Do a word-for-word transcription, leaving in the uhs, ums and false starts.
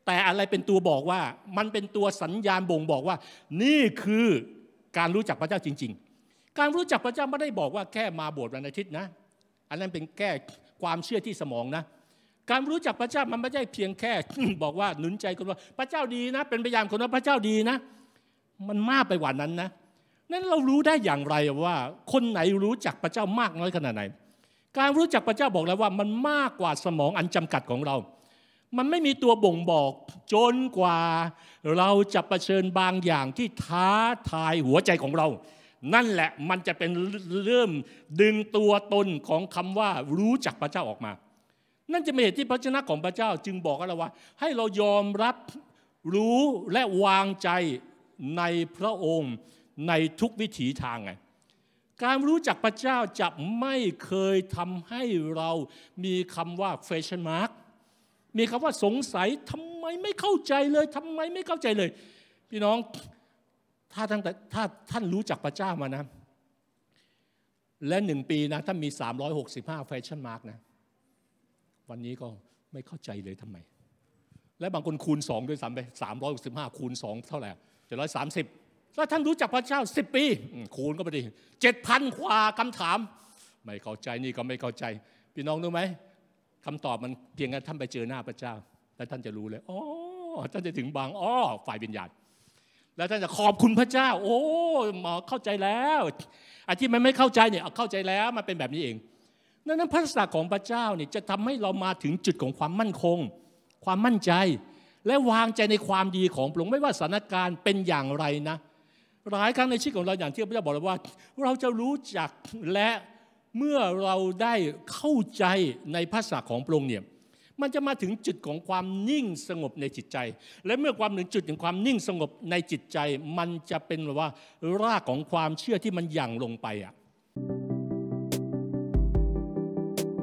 แต่อะไรเป็นตัวบอกว่ามันเป็นตัวสัญญาณบ่งบอกว่านี่คือการรู้จักพระเจ้าจริงๆการรู้จักพระเจ้าไม่ได้บอกว่าแค่มาโบสถ์วันอาทิตย์นะอันนั้นเป็นแค่ความเชื่อที่สมองนะการรู้จักพระเจ้ามันไม่ใช่เพียงแค่ บอกว่าหนุนใจคนว่าพระเจ้าดีนะเป็นพยานคนว่าพระเจ้าดีนะมันมากไปกว่านั้นนะนั้นเรารู้ได้อย่างไรว่าคนไหนรู้จักพระเจ้ามากน้อยขนาดไหนการรู้จักพระเจ้าบอกแล้วว่ามันมากกว่าสมองอันจำกัดของเรามันไม่มีตัวบ่งบอกจนกว่าเราจะเผชิญบางอย่างที่ท้าทายหัวใจของเรานั่นแหละมันจะเป็นเริ่มดึงตัวตนของคำว่ารู้จักพระเจ้าออกมานั่นจะเป็นเหตุที่พระชนะของพระเจ้าจึงบอกกับเราว่าให้เรายอมรับรู้และวางใจในพระองค์ในทุกวิถีทางไงการรู้จักพระเจ้าจะไม่เคยทำให้เรามีคำว่า question mark มีคำว่าสงสัยทำไมไม่เข้าใจเลยทำไมไม่เข้าใจเลยพี่น้องถ้าท่านถ้าท่านรู้จักพระเจ้ามานะและหนึ่งปีนะถ้ามีสามร้อยหกสิบห้า question mark นะวันนี้ก็ไม่เข้าใจเลยทำไมและบางคนคูณสองด้วยซ้ำไปสามร้อยหกสิบห้าคูณสองเท่าไหร่เจ็ดร้อยสามสิบถ้าท่านรู้จักพระเจ้าสิบปีคูณก็ไปดิเจ็ดพันกว่าคำถามไม่เข้าใจนี่ก็ไม่เข้าใจพี่น้องรู้ไหมคำตอบมันเพียงแค่ท่านไปเจอหน้าพระเจ้าแล้วท่านจะรู้เลยอ๋อท่านจะถึงบางอ้อฝ่ายวิญญาณแล้วท่านจะขอบคุณพระเจ้าโอ้เข้าใจแล้วไอ้ที่มันไม่เข้าใจเนี่ยเข้าใจแล้วมันเป็นแบบนี้เองดังนั้นพระสัจของพระเจ้าเนี่ยจะทำให้เรามาถึงจุดของความมั่นคงความมั่นใจและวางใจในความดีของพระองค์ไม่ว่าสถานการณ์เป็นอย่างไรนะหลายครั้งในชีวิตของเราอย่างที่พระเจ้าบอกเราว่าเราจะรู้จักและเมื่อเราได้เข้าใจในพระสัจของพระองค์เนี่ยมันจะมาถึงจุดของความนิ่งสงบในจิตใจและเมื่อความถึงจุดของความนิ่งสงบในจิตใจมันจะเป็นแบบว่ารากของความเชื่อที่มันหยั่งลงไปอ่ะ